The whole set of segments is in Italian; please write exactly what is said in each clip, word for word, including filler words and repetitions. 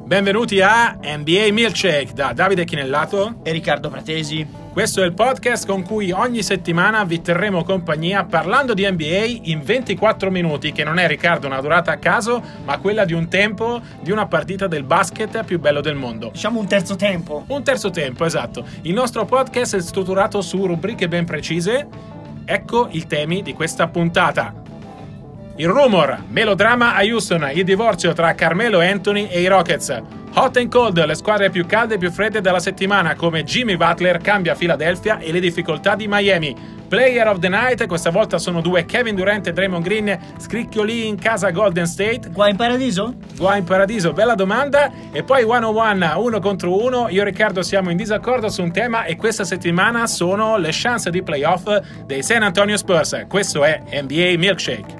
Benvenuti a N B A Milkshake da Davide Chinellato e Riccardo Pratesi. Questo è il podcast con cui ogni settimana vi terremo compagnia parlando di N B A in ventiquattro minuti, che non è, Riccardo, una durata a caso, ma quella di un tempo di una partita del basket più bello del mondo. Diciamo un terzo tempo. Un terzo tempo, esatto. Il nostro podcast è strutturato su rubriche ben precise. Ecco i temi di questa puntata. Il rumor, melodrama a Houston, il divorzio tra Carmelo Anthony e i Rockets. Hot and cold, le squadre più calde e più fredde della settimana, come Jimmy Butler cambia Philadelphia e le difficoltà di Miami. Player of the night, questa volta sono due, Kevin Durant e Draymond Green, scricchioli in casa Golden State. Qua in paradiso? Qua in paradiso, bella domanda. E poi one on one, uno contro uno. Io e Riccardo siamo in disaccordo su un tema e questa settimana sono le chance di playoff dei San Antonio Spurs. Questo è N B A Milkshake.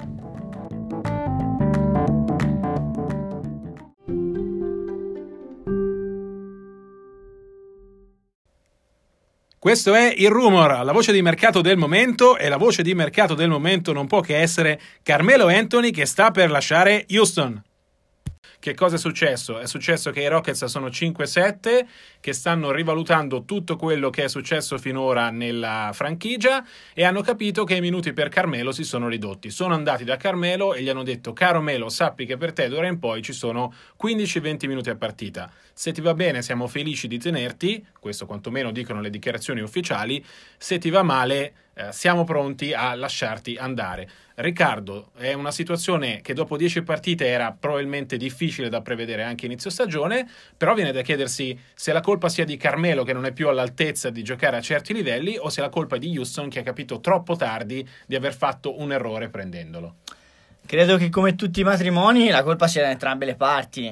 Questo è il rumor, la voce di mercato del momento, e la voce di mercato del momento non può che essere Carmelo Anthony, che sta per lasciare Houston. Che cosa è successo? È successo che i Rockets sono cinque sette, che stanno rivalutando tutto quello che è successo finora nella franchigia e hanno capito che i minuti per Carmelo si sono ridotti. Sono andati da Carmelo e gli hanno detto: caro Melo, sappi che per te d'ora in poi ci sono quindici venti minuti a partita. Se ti va bene siamo felici di tenerti, questo quantomeno dicono le dichiarazioni ufficiali, se ti va male eh, siamo pronti a lasciarti andare. Riccardo, è una situazione che dopo dieci partite era probabilmente difficile da prevedere anche inizio stagione, però viene da chiedersi se la colpa sia di Carmelo, che non è più all'altezza di giocare a certi livelli, o se la colpa è di Houston, che ha capito troppo tardi di aver fatto un errore prendendolo. Credo che, come tutti i matrimoni, la colpa sia da entrambe le parti.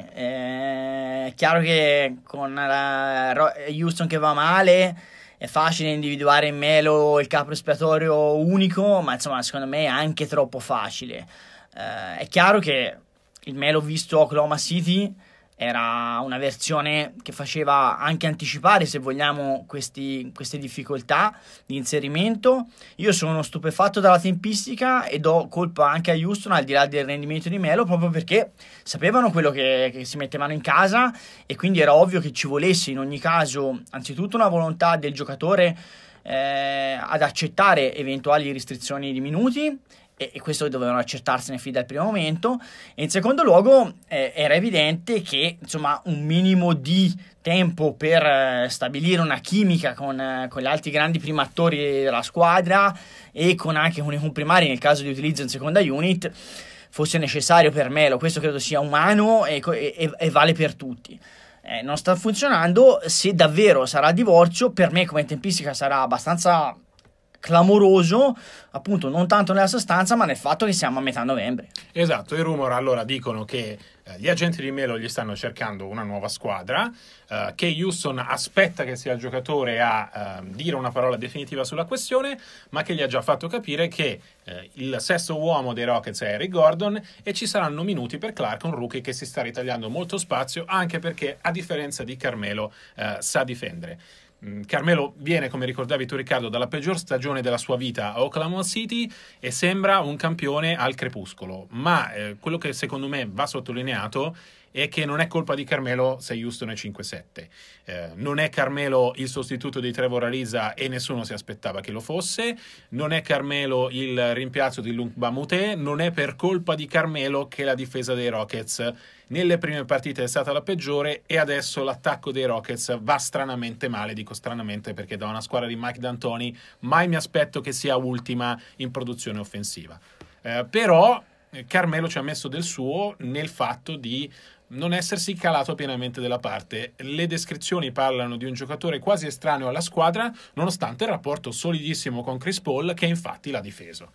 È chiaro che con la Houston che va male è facile individuare in Melo il capro espiatorio unico, ma insomma secondo me è anche troppo facile. Eh, è chiaro che il Melo visto a Oklahoma City era una versione che faceva anche anticipare, se vogliamo, questi, queste difficoltà di inserimento. Io sono stupefatto dalla tempistica e do colpa anche a Houston, al di là del rendimento di Melo, proprio perché sapevano quello che, che si mettevano in casa, e quindi era ovvio che ci volesse in ogni caso anzitutto una volontà del giocatore eh, ad accettare eventuali restrizioni di minuti, e questo dovevano accertarsene fin dal primo momento, e in secondo luogo eh, era evidente che insomma un minimo di tempo per eh, stabilire una chimica con, eh, con gli altri grandi primi attori della squadra e con anche con i comprimari nel caso di utilizzo in seconda unit fosse necessario per Melo. Questo credo sia umano e, e, e vale per tutti. Eh, non sta funzionando. Se davvero sarà divorzio, per me come tempistica sarà abbastanza clamoroso, appunto non tanto nella sostanza ma nel fatto che siamo a metà novembre. Esatto, i rumor allora dicono che eh, gli agenti di Melo gli stanno cercando una nuova squadra, eh, che Houston aspetta che sia il giocatore a eh, dire una parola definitiva sulla questione, ma che gli ha già fatto capire che eh, il sesto uomo dei Rockets è Eric Gordon e ci saranno minuti per Clark, un rookie che si sta ritagliando molto spazio, anche perché a differenza di Carmelo eh, sa difendere. Carmelo viene, come ricordavi tu Riccardo, dalla peggior stagione della sua vita a Oklahoma City e sembra un campione al crepuscolo, ma eh, quello che secondo me va sottolineato è che non è colpa di Carmelo se Houston è cinque sette. Eh, non è Carmelo il sostituto di Trevor Ariza e nessuno si aspettava che lo fosse, non è Carmelo il rimpiazzo di Luc Mbah a Moute, non è per colpa di Carmelo che la difesa dei Rockets nelle prime partite è stata la peggiore e adesso l'attacco dei Rockets va stranamente male. Dico stranamente perché da una squadra di Mike D'Antoni mai mi aspetto che sia ultima in produzione offensiva. Eh, però Carmelo ci ha messo del suo nel fatto di non essersi calato pienamente della parte. Le descrizioni parlano di un giocatore quasi estraneo alla squadra, nonostante il rapporto solidissimo con Chris Paul, che infatti l'ha difeso.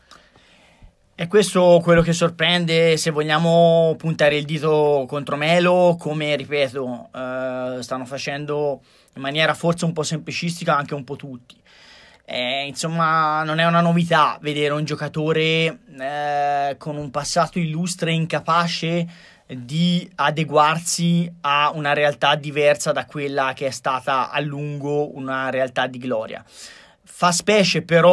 E questo quello che sorprende, se vogliamo puntare il dito contro Melo, come ripeto eh, stanno facendo in maniera forse un po' semplicistica anche un po' tutti. Eh, insomma, non è una novità vedere un giocatore eh, con un passato illustre incapace di adeguarsi a una realtà diversa da quella che è stata a lungo una realtà di gloria. Fa specie però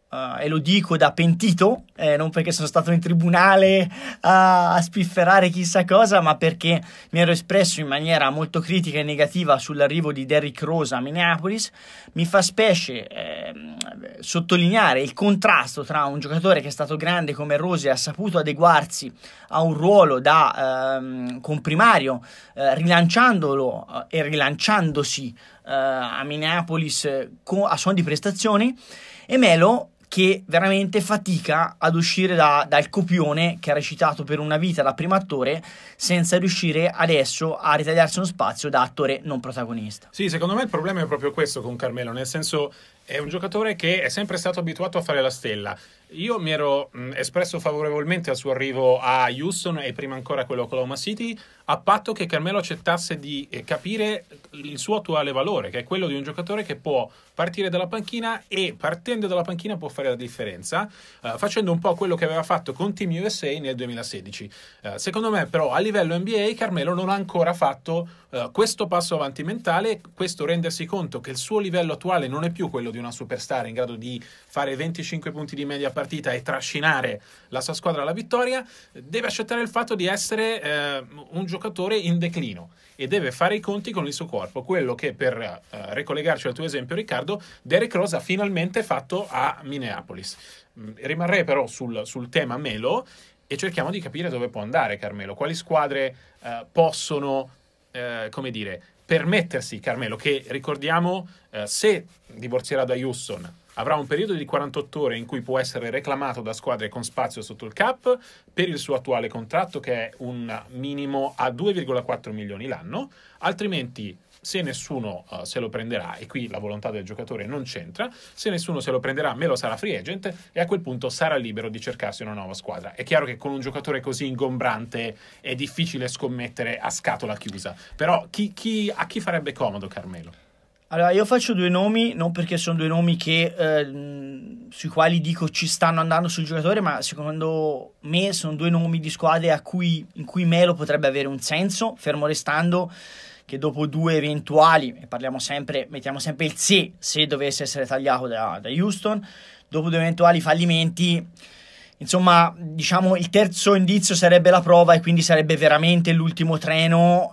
Uh, e lo dico da pentito, eh, non perché sono stato in tribunale a, a spifferare chissà cosa, ma perché mi ero espresso in maniera molto critica e negativa sull'arrivo di Derrick Rose a Minneapolis. Mi fa specie eh, sottolineare il contrasto tra un giocatore che è stato grande come Rose e ha saputo adeguarsi a un ruolo da ehm, comprimario, eh, rilanciandolo eh, e rilanciandosi eh, a Minneapolis eh, con, a suon di prestazioni, e Melo che veramente fatica ad uscire da, dal copione che ha recitato per una vita da primo attore, senza riuscire adesso a ritagliarsi uno spazio da attore non protagonista. Sì, secondo me il problema è proprio questo con Carmelo, nel senso è un giocatore che è sempre stato abituato a fare la stella. Io mi ero mh, espresso favorevolmente al suo arrivo a Houston e prima ancora a quello a Oklahoma City, a patto che Carmelo accettasse di eh, capire il suo attuale valore, che è quello di un giocatore che può partire dalla panchina e partendo dalla panchina può fare la differenza, uh, facendo un po' quello che aveva fatto con Team U S A nel duemilasedici. Uh, secondo me però a livello N B A Carmelo non ha ancora fatto uh, questo passo avanti mentale, questo rendersi conto che il suo livello attuale non è più quello di una superstar in grado di fare venticinque punti di media partita e trascinare la sua squadra alla vittoria. Deve accettare il fatto di essere eh, un giocatore in declino e deve fare i conti con il suo corpo, quello che per eh, ricollegarci al tuo esempio Riccardo, Derrick Rose ha finalmente fatto a Minneapolis. Rimarrei però sul, sul tema Melo e cerchiamo di capire dove può andare Carmelo, quali squadre eh, possono eh, come dire permettersi Carmelo, che ricordiamo eh, se divorzierà da Houston avrà un periodo di quarantotto ore in cui può essere reclamato da squadre con spazio sotto il cap per il suo attuale contratto, che è un minimo a due virgola quattro milioni l'anno, altrimenti se nessuno uh, se lo prenderà, e qui la volontà del giocatore non c'entra, se nessuno se lo prenderà Melo sarà free agent e a quel punto sarà libero di cercarsi una nuova squadra. È chiaro che con un giocatore così ingombrante è difficile scommettere a scatola chiusa, però chi, chi, a chi farebbe comodo Carmelo? Allora, io faccio due nomi, non perché sono due nomi che eh, sui quali dico ci stanno andando sul giocatore, ma secondo me sono due nomi di squadre a cui, in cui Melo potrebbe avere un senso, fermo restando che dopo due eventuali, e parliamo sempre, mettiamo sempre il se, se dovesse essere tagliato da, da Houston, dopo due eventuali fallimenti, insomma, diciamo il terzo indizio sarebbe la prova e quindi sarebbe veramente l'ultimo treno.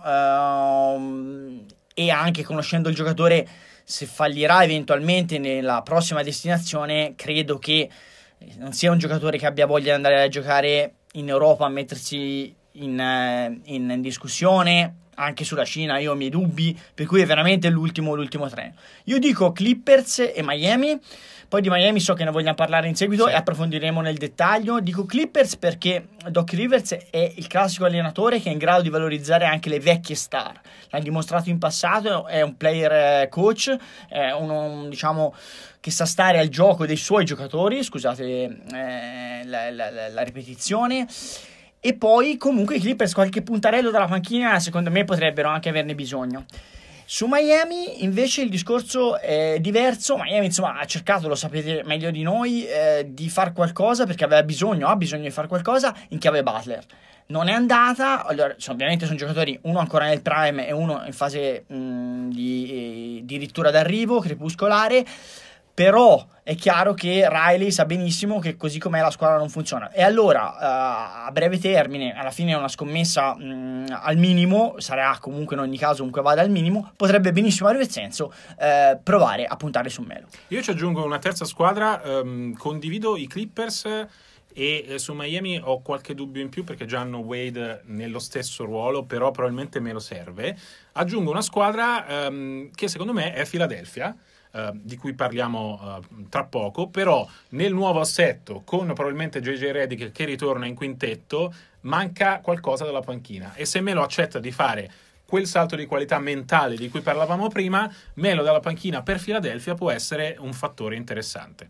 Uh, e anche conoscendo il giocatore, se fallirà eventualmente nella prossima destinazione, credo che non sia un giocatore che abbia voglia di andare a giocare in Europa, a mettersi in, in, in discussione. Anche sulla Cina io ho i miei dubbi, per cui è veramente l'ultimo, l'ultimo treno. Io dico Clippers e Miami, poi di Miami so che ne vogliamo parlare in seguito, sì, e approfondiremo nel dettaglio. Dico Clippers perché Doc Rivers è il classico allenatore che è in grado di valorizzare anche le vecchie star. L'ha dimostrato in passato, è un player coach, è uno, diciamo, che sa stare al gioco dei suoi giocatori, scusate eh, la, la, la, la ripetizione. E poi comunque i Clippers qualche puntarello dalla panchina secondo me potrebbero anche averne bisogno. Su Miami invece il discorso è diverso. Miami insomma ha cercato, lo sapete meglio di noi, eh, di far qualcosa perché aveva bisogno, ha bisogno di far qualcosa in chiave Butler. Non è andata, allora, ovviamente sono giocatori, uno ancora nel prime e uno in fase mh, di addirittura d'arrivo, crepuscolare. Però è chiaro che Riley sa benissimo che così com'è la squadra non funziona. E allora, uh, a breve termine, alla fine è una scommessa mh, al minimo, sarà comunque in ogni caso comunque vada al minimo, potrebbe benissimo avere senso uh, provare a puntare su Melo. Io ci aggiungo una terza squadra, um, condivido i Clippers e eh, su Miami ho qualche dubbio in più perché già hanno Wade nello stesso ruolo, però probabilmente me lo serve. Aggiungo una squadra um, che secondo me è Philadelphia, Uh, di cui parliamo uh, tra poco, però nel nuovo assetto con probabilmente J J Redick che ritorna in quintetto manca qualcosa dalla panchina e se Melo accetta di fare quel salto di qualità mentale di cui parlavamo prima, Melo dalla panchina per Philadelphia può essere un fattore interessante.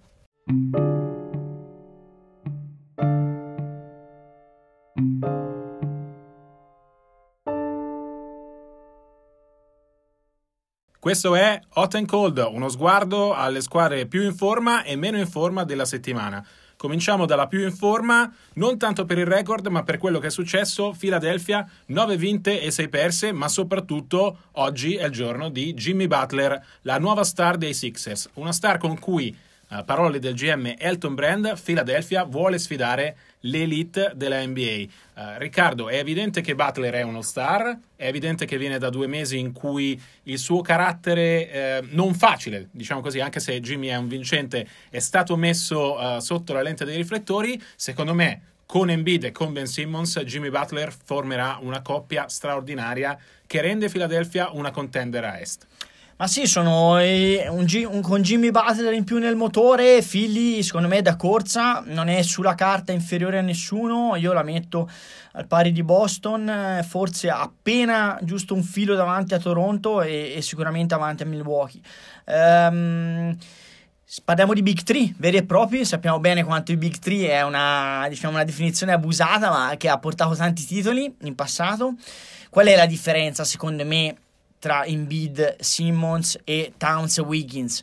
Questo è Hot and Cold, uno sguardo alle squadre più in forma e meno in forma della settimana. Cominciamo dalla più in forma, non tanto per il record, ma per quello che è successo. Philadelphia, nove vinte e sei perse, ma soprattutto oggi è il giorno di Jimmy Butler, la nuova star dei Sixers. Una star con cui uh, parole del G M Elton Brand, Philadelphia vuole sfidare l'elite della N B A. Uh, Riccardo, è evidente che Butler è uno star, è evidente che viene da due mesi in cui il suo carattere eh, non facile, diciamo così, anche se Jimmy è un vincente, è stato messo uh, sotto la lente dei riflettori. Secondo me, con Embiid e con Ben Simmons, Jimmy Butler formerà una coppia straordinaria che rende Philadelphia una contender a est. Ma sì, sono eh, un, G- un, con Jimmy Butler in più nel motore, Philly secondo me da corsa, non è sulla carta inferiore a nessuno, io la metto al pari di Boston, forse appena giusto un filo davanti a Toronto e, e sicuramente avanti a Milwaukee. Um, Parliamo di Big Three veri e propri, sappiamo bene quanto i Big Three è una, diciamo, una definizione abusata, ma che ha portato tanti titoli in passato. Qual è la differenza secondo me tra Embiid, Simmons e Towns e Wiggins?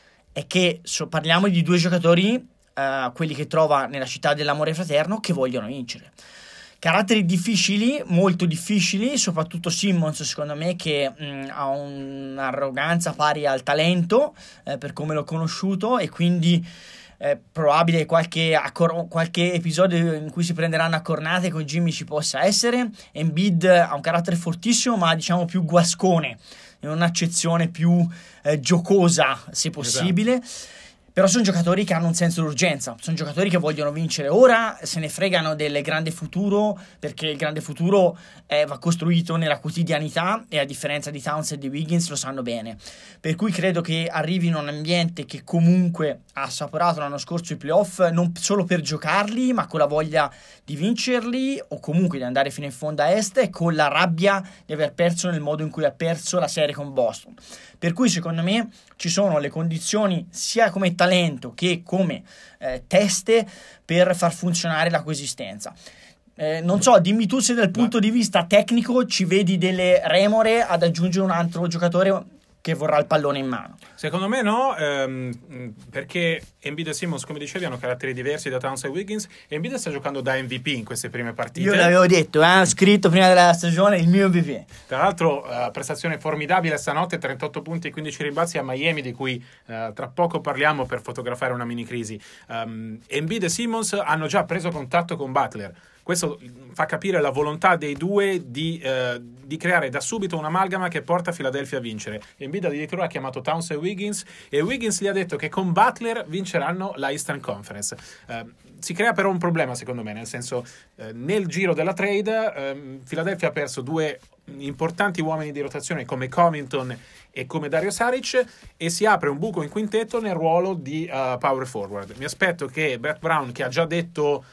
È che so, parliamo di due giocatori, uh, quelli che trova nella città dell'amore fraterno, che vogliono vincere. Caratteri difficili, molto difficili, soprattutto Simmons secondo me che mh, ha un'arroganza pari al talento eh, per come l'ho conosciuto, e quindi è probabile qualche, accor- qualche episodio in cui si prenderanno a cornate con Jimmy ci possa essere. Embiid ha un carattere fortissimo, ma diciamo più guascone, in un'accezione più eh, giocosa se possibile. Esatto. Però sono giocatori che hanno un senso d'urgenza, sono giocatori che vogliono vincere ora, se ne fregano del grande futuro, perché il grande futuro eh, va costruito nella quotidianità, e a differenza di Towns e di Wiggins lo sanno bene. Per cui credo che arrivi in un ambiente che comunque ha assaporato l'anno scorso i playoff, non solo per giocarli, ma con la voglia di vincerli, o comunque di andare fino in fondo a est, e con la rabbia di aver perso nel modo in cui ha perso la serie con Boston. Per cui secondo me ci sono le condizioni sia come talento che come eh, teste per far funzionare la coesistenza. Eh, non so, dimmi tu se dal punto di vista tecnico ci vedi delle remore ad aggiungere un altro giocatore che vorrà il pallone in mano. Secondo me no, ehm, perché Embiid e Simmons, come dicevi, hanno caratteri diversi da Towns e Wiggins. Embiid sta giocando da M V P in queste prime partite. Io l'avevo detto, eh, ho scritto prima della stagione il mio M V P. Tra l'altro, eh, prestazione formidabile stanotte, trentotto punti e quindici rimbalzi a Miami, di cui eh, tra poco parliamo per fotografare una mini crisi. Um, Embiid e Simmons hanno già preso contatto con Butler. Questo fa capire la volontà dei due di, eh, di creare da subito un'amalgama che porta Philadelphia a vincere. Embiid addirittura ha chiamato Towns e Wiggins, e Wiggins gli ha detto che con Butler vinceranno la Eastern Conference. Eh, si crea però un problema secondo me, nel senso, eh, nel giro della trade eh, Philadelphia ha perso due importanti uomini di rotazione come Covington e come Dario Saric, e si apre un buco in quintetto nel ruolo di uh, power forward. Mi aspetto che Brett Brown, che ha già detto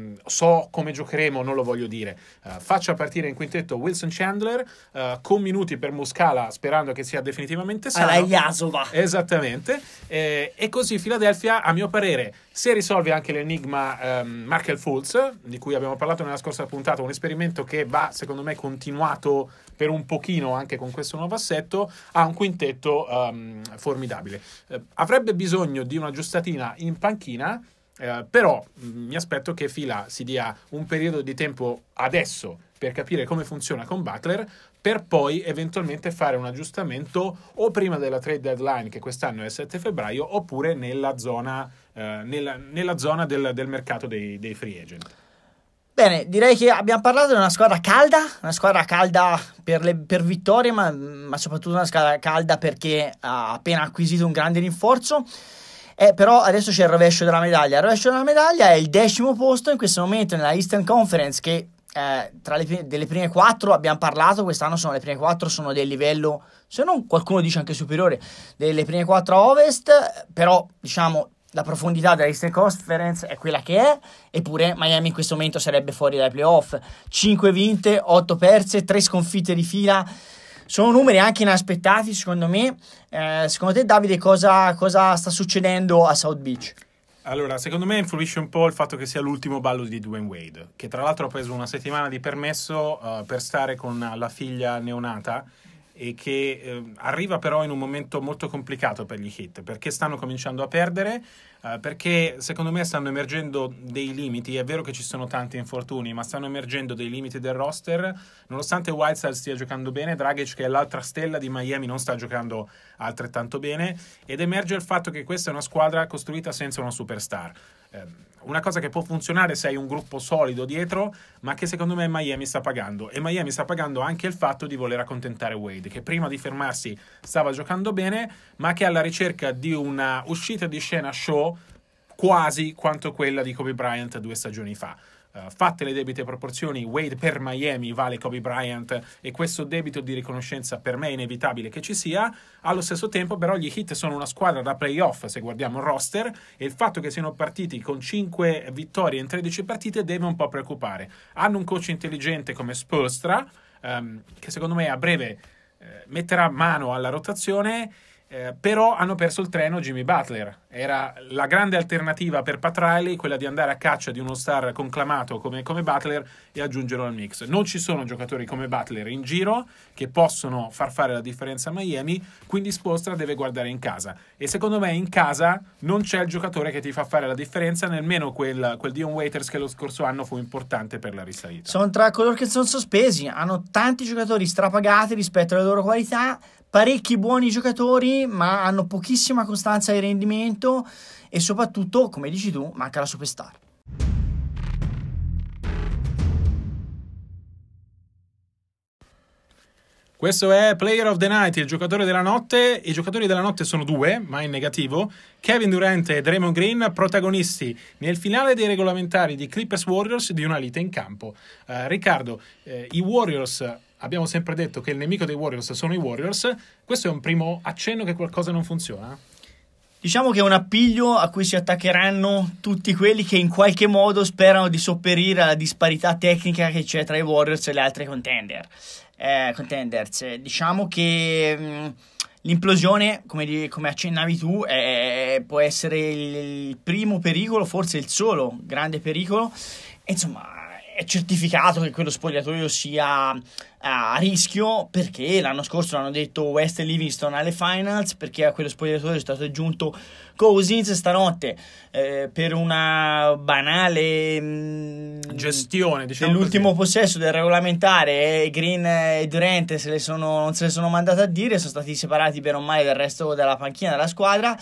so come giocheremo, non lo voglio dire, uh, faccia partire in quintetto Wilson Chandler uh, con minuti per Muscala, sperando che sia definitivamente sano. Alla Iasova. Esattamente. Eh, e così Philadelphia, a mio parere, se risolve anche l'enigma um, Markelle Fultz, di cui abbiamo parlato nella scorsa puntata, un esperimento che va secondo me continuato per un pochino anche con questo nuovo assetto, ha un quintetto um, formidabile. Eh, avrebbe bisogno di una giustatina in panchina. Uh, però mh, mi aspetto che Fila si dia un periodo di tempo adesso per capire come funziona con Butler, per poi eventualmente fare un aggiustamento o prima della trade deadline, che quest'anno è il sette febbraio, oppure nella zona, uh, nella, nella zona del, del mercato dei, dei free agent. Bene, direi che abbiamo parlato di una squadra calda, una squadra calda per, le, per vittorie, ma, ma soprattutto una squadra calda perché ha appena acquisito un grande rinforzo. Eh, però adesso c'è il rovescio della medaglia. Il rovescio della medaglia è il decimo posto in questo momento nella Eastern Conference, che eh, tra le delle prime quattro abbiamo parlato, quest'anno sono le prime quattro, sono del livello, se non qualcuno dice anche superiore, delle prime quattro a Ovest, però diciamo la profondità della Eastern Conference è quella che è, eppure Miami in questo momento sarebbe fuori dai playoff. cinque vinte, otto perse, tre sconfitte di fila. Sono numeri anche inaspettati secondo me. Eh, secondo te, Davide, cosa, cosa sta succedendo a South Beach? Allora, secondo me influisce un po' il fatto che sia l'ultimo ballo di Dwayne Wade, che tra l'altro ha preso una settimana di permesso uh, per stare con la figlia neonata, e che eh, arriva però in un momento molto complicato per gli Heat, perché stanno cominciando a perdere, eh, perché secondo me stanno emergendo dei limiti. È vero che ci sono tanti infortuni, ma stanno emergendo dei limiti del roster, nonostante Whiteside stia giocando bene. Dragic, che è l'altra stella di Miami, non sta giocando altrettanto bene, ed emerge il fatto che questa è una squadra costruita senza una superstar. Eh, una cosa che può funzionare se hai un gruppo solido dietro, ma che secondo me Miami sta pagando, e Miami sta pagando anche il fatto di voler accontentare Wade, che prima di fermarsi stava giocando bene, ma che è alla ricerca di una uscita di scena show quasi quanto quella di Kobe Bryant due stagioni fa. Uh, fatte le debite proporzioni, Wade per Miami vale Kobe Bryant, e questo debito di riconoscenza per me è inevitabile che ci sia. Allo stesso tempo però gli Heat sono una squadra da playoff se guardiamo il roster, e il fatto che siano partiti con cinque vittorie in tredici partite deve un po' preoccupare. Hanno un coach intelligente come Spoelstra, um, che secondo me a breve eh, metterà mano alla rotazione. Eh, però hanno perso il treno Jimmy Butler. Era la grande alternativa per Pat Riley, quella di andare a caccia di uno star conclamato come, come Butler e aggiungerlo al mix. Non ci sono giocatori come Butler in giro che possono far fare la differenza a Miami, quindi Spoelstra deve guardare in casa, e secondo me in casa non c'è il giocatore che ti fa fare la differenza, nemmeno quel, quel Dion Waiters che lo scorso anno fu importante per la risalita. Sono tra coloro che sono sospesi, hanno tanti giocatori strapagati rispetto alle loro qualità, parecchi buoni giocatori, ma hanno pochissima costanza di rendimento, e soprattutto, come dici tu, manca la superstar. Questo è Player of the Night, il giocatore della notte. I giocatori della notte sono due, ma in negativo: Kevin Durant e Draymond Green, protagonisti nel finale dei regolamentari di Clippers Warriors di una lite in campo. Uh, Riccardo, eh, i Warriors, abbiamo sempre detto che il nemico dei Warriors sono i Warriors. Questo è un primo accenno che qualcosa non funziona? Diciamo che è un appiglio a cui si attaccheranno tutti quelli che in qualche modo sperano di sopperire alla disparità tecnica che c'è tra i Warriors e le altre contender. Eh, contenders. Diciamo che mh, l'implosione, come, di, come accennavi tu, è, può essere il, il primo pericolo, forse il solo grande pericolo. E, insomma, è certificato che quello spogliatoio sia a rischio, perché l'anno scorso l'hanno detto West e Livingston alle finals, perché a quello spogliatoio è stato aggiunto Cousins. Stanotte eh, per una banale mh, gestione, diciamo, dell'ultimo così, possesso del regolamentare, Green e Durant se le sono, non se le sono mandate a dire, sono stati separati per un male dal resto della panchina della squadra.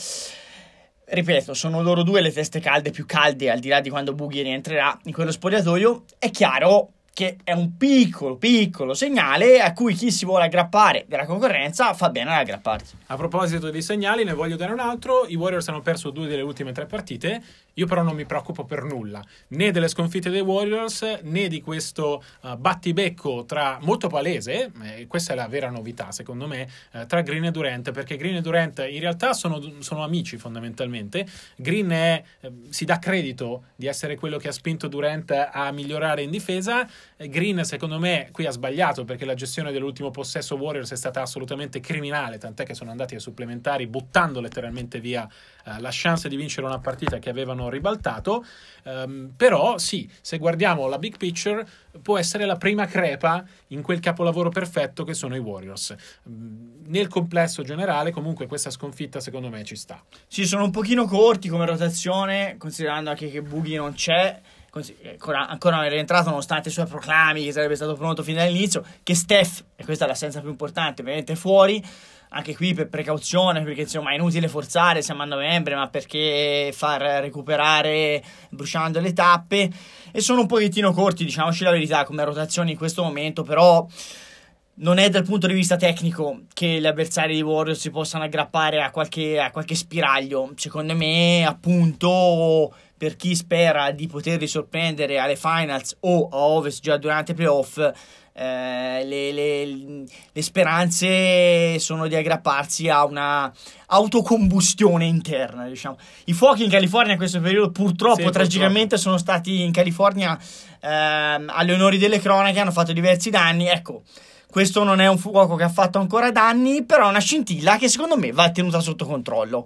Ripeto, sono loro due le teste calde più calde, al di là di quando Boogie rientrerà in quello spogliatoio. È chiaro che è un piccolo, piccolo segnale a cui chi si vuole aggrappare della concorrenza fa bene ad aggrapparsi. A proposito di segnali, ne voglio dare un altro. I Warriors hanno perso due delle ultime tre partite. Io però non mi preoccupo per nulla, né delle sconfitte dei Warriors, né di questo uh, battibecco tra, molto palese, eh, questa è la vera novità secondo me, eh, tra Green e Durant, perché Green e Durant in realtà sono, sono amici fondamentalmente. Green è, eh, si dà credito di essere quello che ha spinto Durant a migliorare in difesa. eh, Green secondo me qui ha sbagliato, perché la gestione dell'ultimo possesso Warriors è stata assolutamente criminale, tant'è che sono andati ai supplementari buttando letteralmente via eh, la chance di vincere una partita che avevano ribaltato. Um, però sì, se guardiamo la big picture, può essere la prima crepa in quel capolavoro perfetto che sono i Warriors. Um, nel complesso generale comunque questa sconfitta secondo me ci sta. Sì, sono un pochino corti come rotazione, considerando anche che Boogie non c'è, ancora, ancora non è rientrato nonostante i suoi proclami che sarebbe stato pronto fin dall'inizio, che Steph, e questa è l'assenza più importante, ovviamente è fuori. Anche qui per precauzione, perché insomma è inutile forzare, siamo a novembre, ma perché far recuperare bruciando le tappe. E sono un pochettino corti, diciamoci la verità, come rotazioni in questo momento, però non è dal punto di vista tecnico che gli avversari di Warriors si possano aggrappare a qualche, a qualche spiraglio. Secondo me, appunto, per chi spera di poterli sorprendere alle finals o a Ovest già durante i playoff, Eh, le, le, le speranze sono di aggrapparsi a una autocombustione interna, diciamo. I fuochi in California in questo periodo purtroppo sì, tragicamente purtroppo. sono stati in California ehm, alle onori delle cronache, hanno fatto diversi danni. Ecco, questo non è un fuoco che ha fatto ancora danni, però è una scintilla che secondo me va tenuta sotto controllo.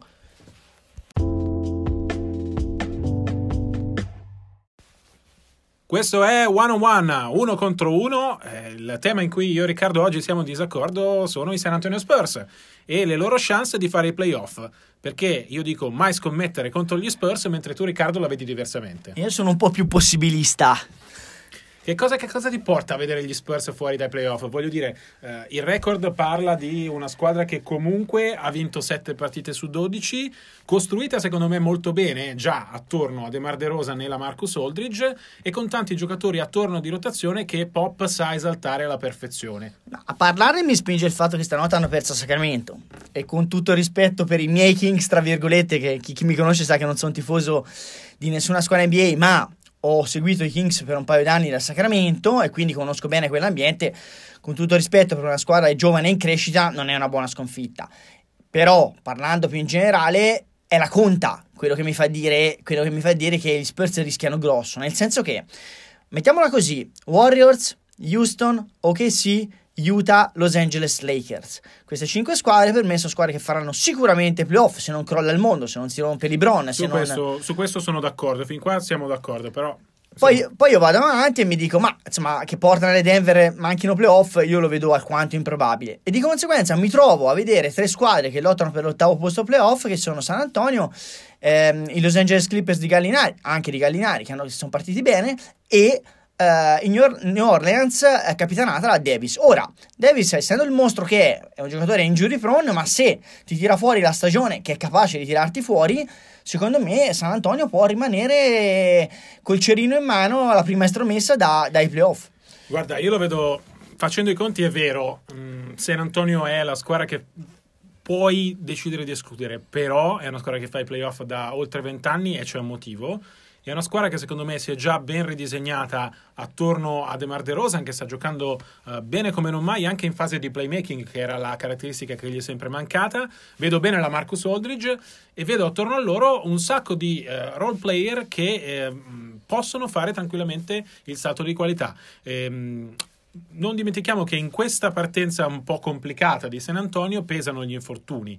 Questo è One on One, uno contro uno. Eh, il tema in cui io e Riccardo oggi siamo in disaccordo sono i San Antonio Spurs e le loro chance di fare i playoff. Perché io dico mai scommettere contro gli Spurs, mentre tu, Riccardo, la vedi diversamente. Io sono un po' più possibilista. Che cosa, che cosa ti porta a vedere gli Spurs fuori dai playoff? Voglio dire, eh, il record parla di una squadra che comunque ha vinto sette partite su dodici, costruita secondo me molto bene, già attorno a DeMar DeRozan e la Marcus Aldridge, e con tanti giocatori attorno di rotazione che Pop sa esaltare alla perfezione. A parlare mi spinge il fatto che stanotte hanno perso a Sacramento, e con tutto il rispetto per i miei Kings, tra virgolette, che chi, chi mi conosce sa che non sono tifoso di nessuna squadra N B A, ma ho seguito i Kings per un paio d'anni da Sacramento e quindi conosco bene quell'ambiente. Con tutto rispetto per una squadra giovane in crescita, non è una buona sconfitta. Però, parlando più in generale, è la conta quello che mi fa dire, quello che mi fa dire che gli Spurs rischiano grosso. Nel senso che, mettiamola così, Warriors, Houston, O K C, Utah, Los Angeles Lakers. Queste cinque squadre per me sono squadre che faranno sicuramente playoff se non crolla il mondo, se non si rompe LeBron. Su, se questo, non... su questo sono d'accordo, fin qua siamo d'accordo, però... Poi, poi io vado avanti e mi dico, ma insomma, che Portland e Denver manchino playoff, io lo vedo alquanto improbabile. E di conseguenza mi trovo a vedere tre squadre che lottano per l'ottavo posto playoff, che sono San Antonio, ehm, i Los Angeles Clippers di Gallinari, anche di Gallinari, che, hanno, che sono partiti bene, e Uh, in New Orleans è capitanata da Davis. Ora, Davis, essendo il mostro che è, è un giocatore injury prone, ma se ti tira fuori la stagione che è capace di tirarti fuori, secondo me San Antonio può rimanere col cerino in mano alla prima estromessa da, dai playoff. Guarda, io lo vedo, facendo i conti è vero, mh, San Antonio è la squadra che puoi decidere di escludere, però è una squadra che fa i playoff da oltre vent'anni e c'è un motivo. È una squadra che secondo me si è già ben ridisegnata attorno a DeMar DeRozan, che sta giocando uh, bene come non mai anche in fase di playmaking, che era la caratteristica che gli è sempre mancata. Vedo bene la Marcus Aldridge e vedo attorno a loro un sacco di uh, role player che eh, possono fare tranquillamente il salto di qualità. Ehm, non dimentichiamo che in questa partenza un po' complicata di San Antonio pesano gli infortuni.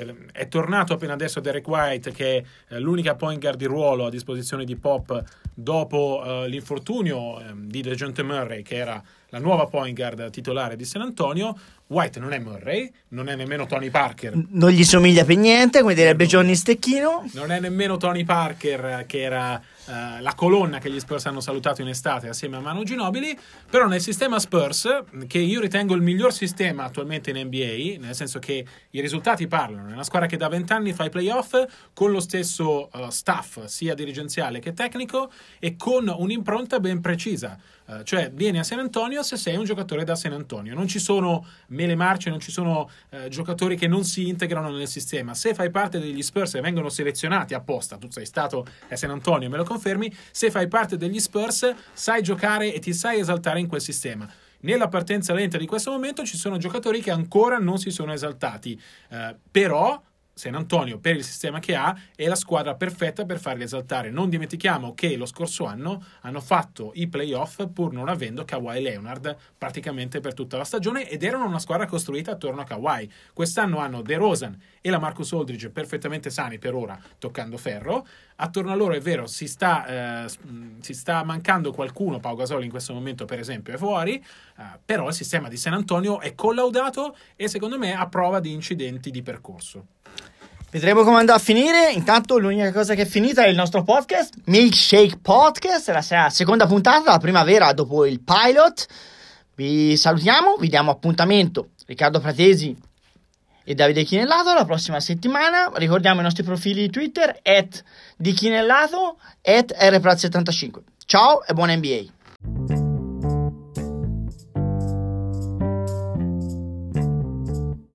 È tornato appena adesso Derek White, che è l'unica point guard di ruolo a disposizione di Pop dopo uh, l'infortunio um, di DeJounte Murray, che era la nuova point guard titolare di San Antonio. White non è Murray, non è nemmeno Tony Parker. Non gli somiglia per niente, come direbbe Johnny Stecchino. Non è nemmeno Tony Parker, che era uh, la colonna che gli Spurs hanno salutato in estate assieme a Manu Ginobili. Però nel sistema Spurs, che io ritengo il miglior sistema attualmente in N B A, nel senso che i risultati parlano, è una squadra che da vent'anni fa i playoff con lo stesso uh, staff sia dirigenziale che tecnico e con un'impronta ben precisa. Uh, cioè vieni a San Antonio se sei un giocatore da San Antonio, non ci sono mele marce, non ci sono uh, giocatori che non si integrano nel sistema. Se fai parte degli Spurs e vengono selezionati apposta, tu sei stato a San Antonio, me lo confermi, se fai parte degli Spurs sai giocare e ti sai esaltare in quel sistema. Nella partenza lenta di questo momento ci sono giocatori che ancora non si sono esaltati, uh, però San Antonio, per il sistema che ha, è la squadra perfetta per farli esaltare. Non dimentichiamo che lo scorso anno hanno fatto i playoff pur non avendo Kawhi Leonard praticamente per tutta la stagione ed erano una squadra costruita attorno a Kawhi. Quest'anno hanno DeRozan e la Marcus Aldridge perfettamente sani per ora, toccando ferro. Attorno a loro è vero, si sta, eh, si sta mancando qualcuno. Pau Gasol in questo momento per esempio è fuori, eh, però il sistema di San Antonio è collaudato e secondo me a prova di incidenti di percorso. Vedremo come andrà a finire. Intanto l'unica cosa che è finita è il nostro podcast Milkshake Podcast, la seconda puntata, la primavera dopo il pilot. Vi salutiamo, vi diamo appuntamento Riccardo Fratesi e Davide Chinellato la prossima settimana. Ricordiamo i nostri profili Twitter at di Chinellato at R Prat settantacinque. Ciao e buona N B A.